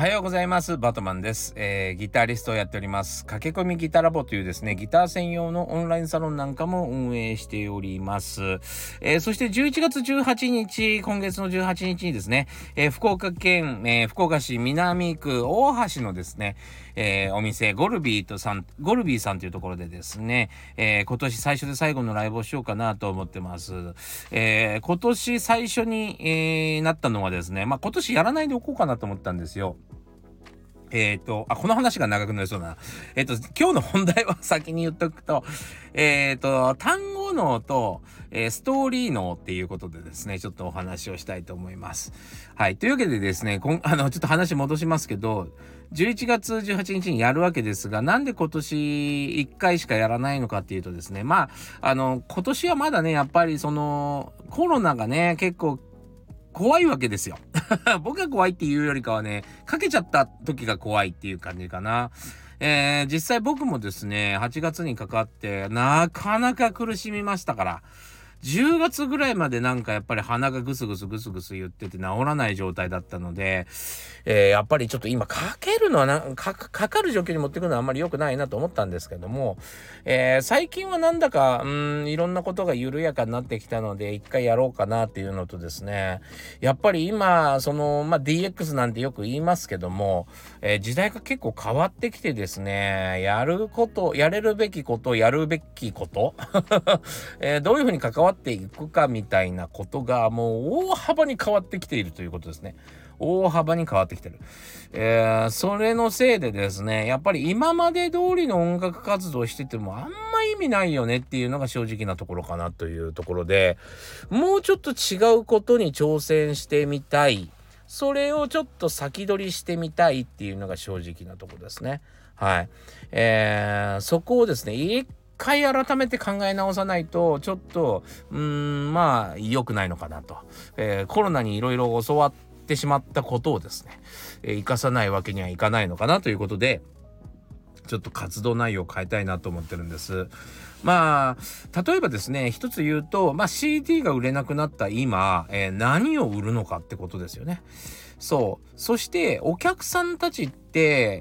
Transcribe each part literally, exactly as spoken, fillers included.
はようございます。バトマンです、えー、ギタリストをやっております。駆け込みギタラボというですね、ギター専用のオンラインサロンなんかも運営しております。えー、そしてじゅういちがつじゅうはちにち、今月のじゅうはちにちにですね、えー、福岡県、えー、福岡市南区大橋のですね、えー、お店ゴルビーとさん、ゴルビーさんというところでですね、えー、今年最初で最後のライブをしようかなと思ってます。えー、今年最初に、えー、なったのはですね、まあ今年やらないでおこうかなと思ったんですよ。えっ、ー、と、あ、この話が長くなりそうだな。えっ、ー、と、今日の本題は先に言っとくと、えっ、ー、と、単語脳と、えー、ストーリー脳っていうことでですね、ちょっとお話をしたいと思います。はい。というわけでですね、こんあの、ちょっと話戻しますけど、じゅういちがつじゅうはちにちにやるわけですが、なんで今年いっかいしかやらないのかっていうとですね、まあ、あの、今年はまだね、やっぱりその、コロナがね、結構、怖いわけですよ。僕が怖いっていうよりかはね、かけちゃった時が怖いっていう感じかな。えー、実際僕もですね、はちがつにかかってなかなか苦しみましたから、じゅうがつぐらいまでなんかやっぱり鼻がグスグスグスグス言ってて治らない状態だったので、えー、やっぱりちょっと今かけるのはなか、かかる状況に持ってくるのはあんまり良くないなと思ったんですけども、えー、最近はなんだか、うーん、いろんなことが緩やかになってきたので、一回やろうかなっていうのとですね、やっぱり今、その、まあ、ディーエックス なんてよく言いますけども、えー、時代が結構変わってきてですね、やること、やれるべきこと、やるべきこと、えー、どういうふうに関わっていくかみたいなことがもう大幅に変わってきているということですね。大幅に変わってきてる。えー、それのせいでですね、やっぱり今まで通りの音楽活動しててもあんま意味ないよねっていうのが正直なところかなというところで、もうちょっと違うことに挑戦してみたい。それをちょっと先取りしてみたいっていうのが正直なところですね。はい。えー、そこをですね、一回改めて考え直さないと、ちょっと、うーん、まあ、良くないのかなと。えー、コロナにいろいろ教わってしまったことをですね、えー、生かさないわけにはいかないのかなということで、ちょっと活動内容を変えたいなと思ってるんです。まあ、例えばですね、一つ言うと、まあ シーディー が売れなくなった今、えー、何を売るのかってことですよね。そう。そして、お客さんたちって、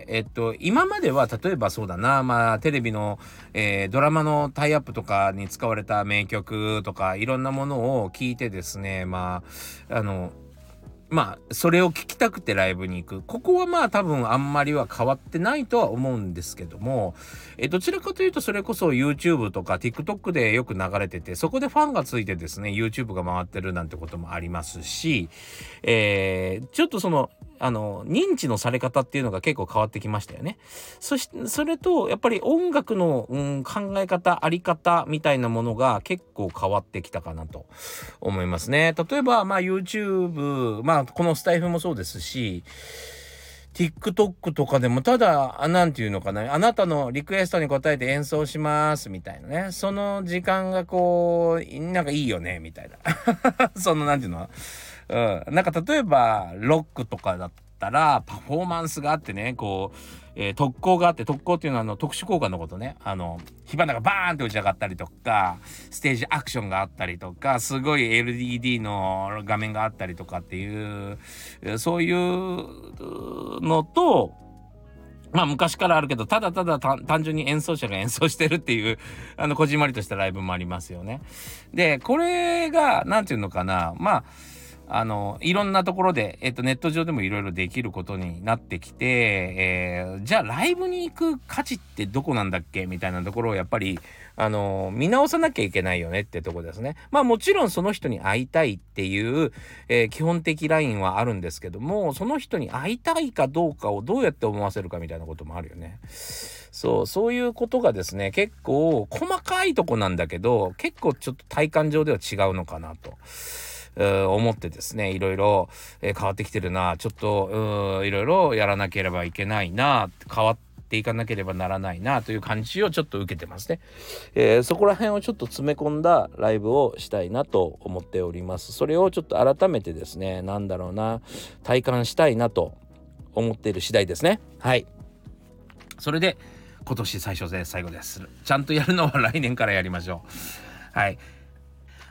えっと、今までは、例えばそうだな、まあ、テレビの、えー、ドラマのタイアップとかに使われた名曲とか、いろんなものを聞いてですね、まあ、あの、まあ、それを聞きたくてライブに行く。ここはまあ多分あんまりは変わってないとは思うんですけども、えどちらかというとそれこそ YouTube とか TikTok でよく流れてて、そこでファンがついてですね、YouTube が回ってるなんてこともありますし、えー、ちょっとその、あの、認知のされ方っていうのが結構変わってきましたよね。そして、それと、やっぱり音楽の、うん、考え方、あり方みたいなものが結構変わってきたかなと思いますね。例えば、まあ YouTube、まあこのスタイフもそうですし、TikTok とかでもただ、なんていうのかな、あなたのリクエストに応えて演奏しますみたいなね。その時間がこう、なんかいいよね、みたいな。その、なんていうのうん。なんか例えば、ロックとかだったら、パフォーマンスがあってね、こう、えー特攻があって、特攻っていうのはあの特殊効果のことね。あの、火花がバーンって打ち上がったりとか、ステージアクションがあったりとか、すごい エルイーディー の画面があったりとかっていう、そういうのと、まあ昔からあるけど、ただただ単純に演奏者が演奏してるっていう、あの、こじんまりとしたライブもありますよね。で、これが、なんていうのかな、まあ、あの、いろんなところで、えっと、ネット上でもいろいろできることになってきて、えー、じゃあライブに行く価値ってどこなんだっけみたいなところをやっぱり、あの、見直さなきゃいけないよねってとこですね。まあもちろんその人に会いたいっていう、えー、基本的ラインはあるんですけども、その人に会いたいかどうかをどうやって思わせるかみたいなこともあるよね。そう、そういうことがですね、結構細かいとこなんだけど、結構ちょっと体感上では違うのかなと。思ってですね、いろいろ、えー、変わってきてるな、ちょっといろいろやらなければいけないな、変わっていかなければならないなという感じをちょっと受けてますね。えー、そこら辺をちょっと詰め込んだライブをしたいなと思っております。それをちょっと改めてですね、なんだろうな、体感したいなと思っている次第ですね。はい。それで今年最初で最後です。ちゃんとやるのは来年からやりましょう。はい。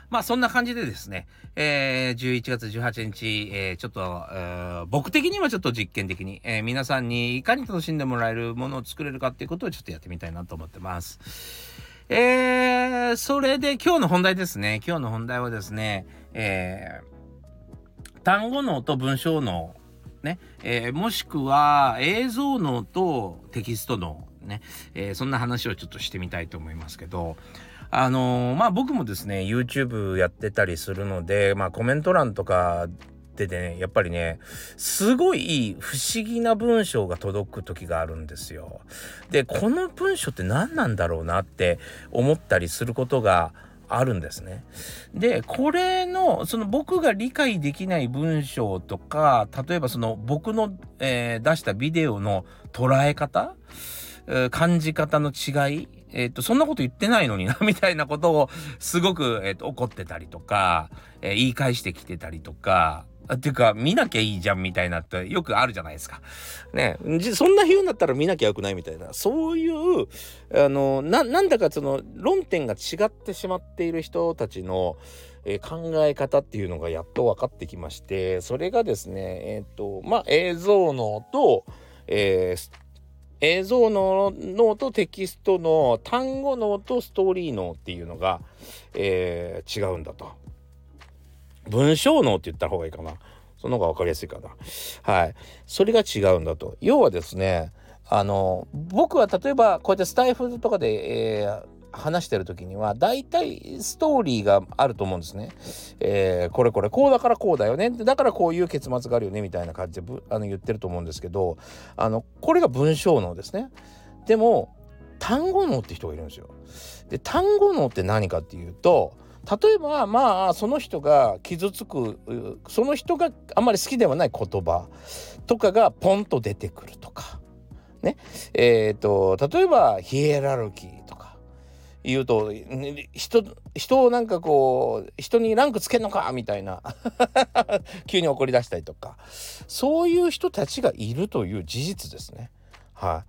まあそんな感じでですね、えー、じゅういちがつじゅうはちにち、えー、ちょっと、えー、僕的にはちょっと実験的に、えー、皆さんにいかに楽しんでもらえるものを作れるかっていうことをちょっとやってみたいなと思ってます。えー、それで今日の本題ですね。今日の本題はですね、えー、単語脳と文章脳、ね、えー、もしくは映像脳とテキスト脳、ね、えー、そんな話をちょっとしてみたいと思いますけど、あのー、まあ僕もですね YouTube やってたりするので、まあコメント欄とかでね、やっぱりねすごい不思議な文章が届く時があるんですよ。でこの文章って何なんだろうなって思ったりすることがあるんですね。でこれのその僕が理解できない文章とか、例えばその僕の、えー、出したビデオの捉え方、えー、感じ方の違い、えっとそんなこと言ってないのになみたいなことをすごく、えー、と怒ってたりとか、えー、言い返してきてたりとか、っていうか見なきゃいいじゃんみたいなってよくあるじゃないですか。ね、そんな言うんだったら見なきゃよくないみたいな、そういうあの な, なんだかその論点が違ってしまっている人たちの、えー、考え方っていうのがやっと分かってきまして、それがですねえっ、ー、とまあ映像脳と、えー、映像脳脳とテキスト脳、単語脳とストーリー脳っていうのが、えー、違うんだと。文章脳って言った方がいいかな。その方が分かりやすいかな。はい。それが違うんだと。要はですね、あの、僕は例えばこうやってスタイフとかで、えー、話してる時には、大体ストーリーがあると思うんですね。えー、これこれこうだからこうだよね。だからこういう結末があるよねみたいな感じでぶあの言ってると思うんですけど、あの、これが文章脳ですね。でも、単語脳って人がいるんですよ。で、単語脳って何かっていうと、例えばまあその人が傷つく、その人があんまり好きではない言葉とかがポンと出てくるとかね、えーと例えばヒエラルキーとか言うと、人人をなんかこう人にランクつけんのかみたいな急に怒り出したりとか、そういう人たちがいるという事実ですね。はい、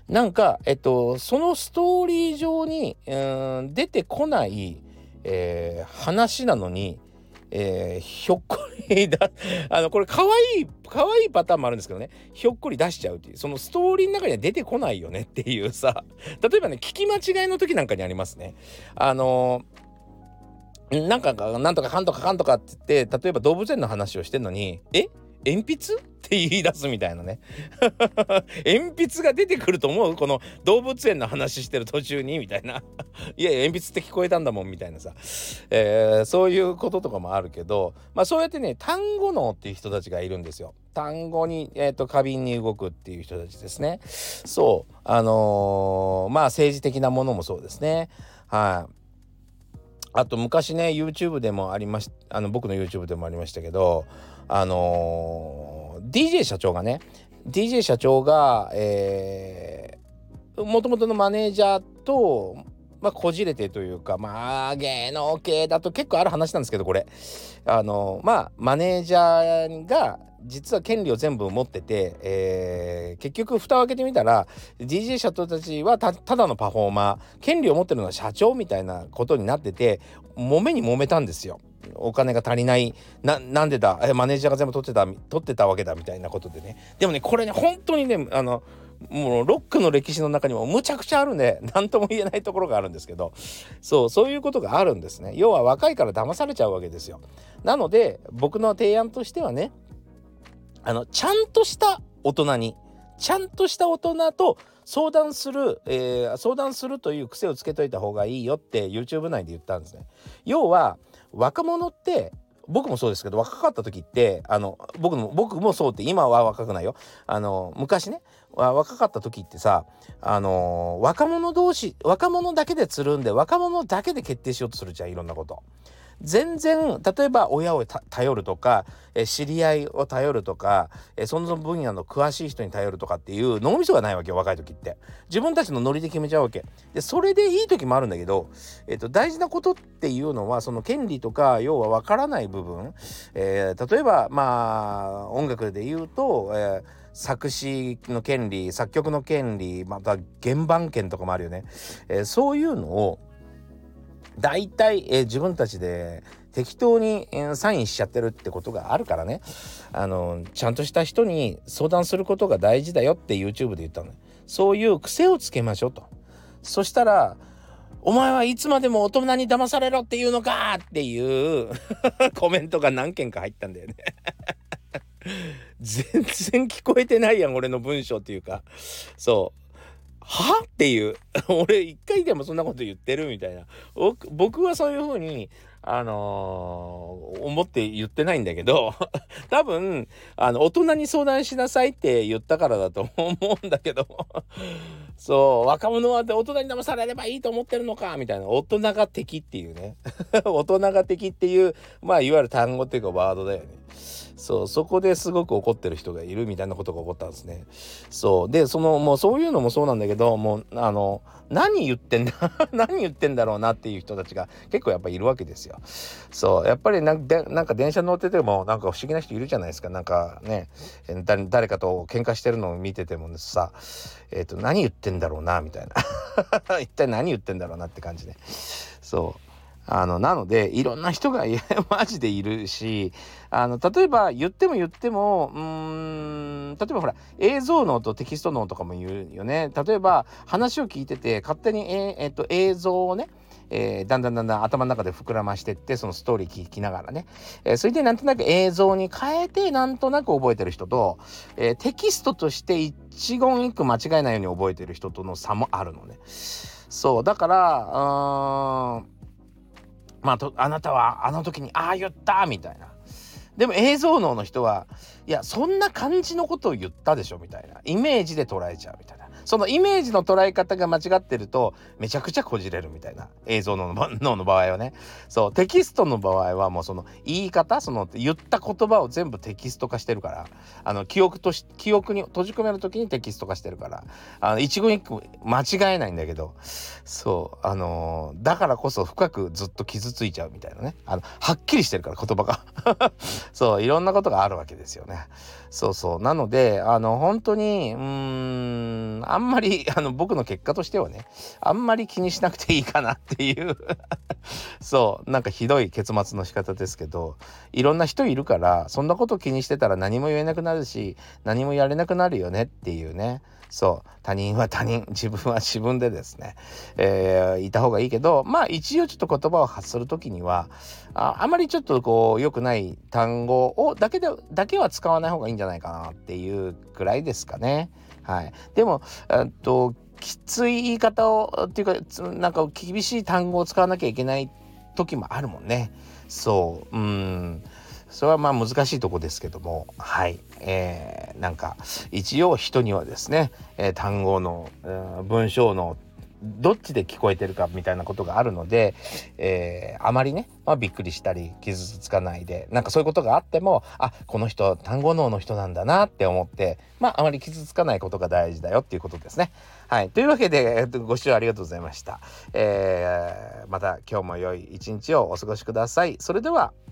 なんかえっとそのストーリー上にうーん出てこないえー、話なのに、えー、ひょっこりだあのこれ可愛い可愛いパターンもあるんですけどね、ひょっこり出しちゃうっていう、そのストーリーの中には出てこないよねっていうさ、例えばね聞き間違いの時なんかにありますね。あのー、なんかなんとかかんとかかんとかって言って、例えば動物園の話をしてんのに、え鉛筆って言い出すみたいなね鉛筆が出てくると思う、この動物園の話してる途中にみたいないや鉛筆って聞こえたんだもんみたいなさ、えー、そういうこととかもあるけど、まあそうやってね単語脳っていう人たちがいるんですよ。単語に、えーと、過敏に動くっていう人たちですね。そうあのー、まあ政治的なものもそうですね。はい、あと昔ね YouTube でもありましあの僕の YouTube でもありましたけど、あのー、ディージェー 社長がね ディージェー 社長が、えー、元々のマネージャーと、まあ、こじれてというか、まあ芸能系だと結構ある話なんですけど、これあのー、まあマネージャーが実は権利を全部持ってて、えー、結局蓋を開けてみたら ディージェー 社長たちは た, ただのパフォーマー、権利を持ってるのは社長みたいなことになってて、揉めに揉めたんですよ。お金が足りない、ななんでだ、えマネージャーが全部取ってた取ってたわけだみたいなことでね。でもねこれね本当にねあのもうロックの歴史の中にもむちゃくちゃあるんで何とも言えないところがあるんですけど、そうそういうことがあるんですね。要は若いから騙されちゃうわけですよ。なので僕の提案としてはね、あのちゃんとした大人にちゃんとした大人と相談する、えー、相談するという癖をつけといた方がいいよって YouTube 内で言ったんですね。要は若者って、僕もそうですけど若かった時ってあの僕も僕もそうって、今は若くないよ、あの昔ね若かった時ってさ、あの若者同士若者だけでつるんで若者だけで決定しようとするじゃん、いろんなこと。全然例えば親を頼るとか、え知り合いを頼るとか、えその分野の詳しい人に頼るとかっていう脳みそがないわけよ、若い時って。自分たちのノリで決めちゃうわけで、それでいい時もあるんだけど、えっと、大事なことっていうのはその権利とか要は分からない部分、えー、例えばまあ音楽で言うと、えー作詞の権利、作曲の権利、また原版権とかもあるよね、えー、そういうのをだいたい、えー自分たちで適当に、えーサインしちゃってるってことがあるからね、あのちゃんとした人に相談することが大事だよって YouTube で言ったの。そういう癖をつけましょうと。そしたら、お前はいつまでも大人に騙されろっていうのかっていうコメントが何件か入ったんだよね。全然聞こえてないやん俺の文章っていうか、そうはっていう俺一回でもそんなこと言ってるみたいな。僕僕はそういう風にあのー思って言ってないんだけど多分あの大人に相談しなさいって言ったからだと思うんだけどそう若者は大人に騙されればいいと思ってるのかみたいな。大人が敵っていうね大人が敵っていうまあいわゆる単語っていうかワードだよね。そうそこですごく怒ってる人がいるみたいなことが起こったんですね。そうでそのもうそういうのもそうなんだけど、もうあの何言ってんだ何言ってんだろうなっていう人たちが結構やっぱいるわけですよ。そうやっぱりなんでなんか電車乗っててもなんか不思議な人いるじゃないですか。なんかねえだ誰かと喧嘩してるのを見ててもさ、えっと何言ってんだろうなみたいな一体何言ってんだろうなって感じね。そうあのなのでいろんな人がいやマジでいるし、あの例えば言っても言ってもうーん例えばほら映像脳とテキスト脳とかも言うよね。例えば話を聞いてて勝手に、えーえっと映像をね、えーだんだんだんだん頭の中で膨らましてってそのストーリー聞きながらね、えーそれでなんとなく映像に変えてなんとなく覚えてる人と、えーテキストとして一言一句間違えないように覚えてる人との差もあるのね。そうだからうーんまあとあなたはあの時にああ言ったみたいな。でも映像脳の人はいやそんな感じのことを言ったでしょみたいなイメージで捉えちゃうみたいな。そのイメージの捉え方が間違ってるとめちゃくちゃこじれるみたいな。映像脳のば脳の場合はね。そうテキストの場合はもうその言い方その言った言葉を全部テキスト化してるから、あの記憶とし記憶に閉じ込める時にテキスト化してるから、あの一言一句間違えないんだけど、そうあのーだからこそ深くずっと傷ついちゃうみたいなね。あのはっきりしてるから言葉がそういろんなことがあるわけですよね。そうそうなのであの本当にうーんあんまりあの僕の結果としてはねあんまり気にしなくていいかなっていうそうなんかひどい結末の仕方ですけど、いろんな人いるからそんなこと気にしてたら何も言えなくなるし何もやれなくなるよねっていうね。そう他人は他人自分は自分でですね、えー、いた方がいいけど、まあ一応ちょっと言葉を発するときにはああまりちょっとこう良くない単語をだけでだけは使わない方がいいんじゃないかなっていうくらいですかね。はい。でもえっときつい言い方をっていうかつなんか厳しい単語を使わなきゃいけない時もあるもんね。そううんそれはまあ難しいとこですけども、はい、えー、なんか一応人にはですね、えー単語の、えー文章のどっちで聞こえてるかみたいなことがあるので、えーあまりね、まあ、びっくりしたり傷つかないで、なんかそういうことがあってもあこの人単語脳の人なんだなって思って、まああまり傷つかないことが大事だよっていうことですね。はいというわけで、えっと、ご視聴ありがとうございました。えーまた今日も良い一日をお過ごしください。それでは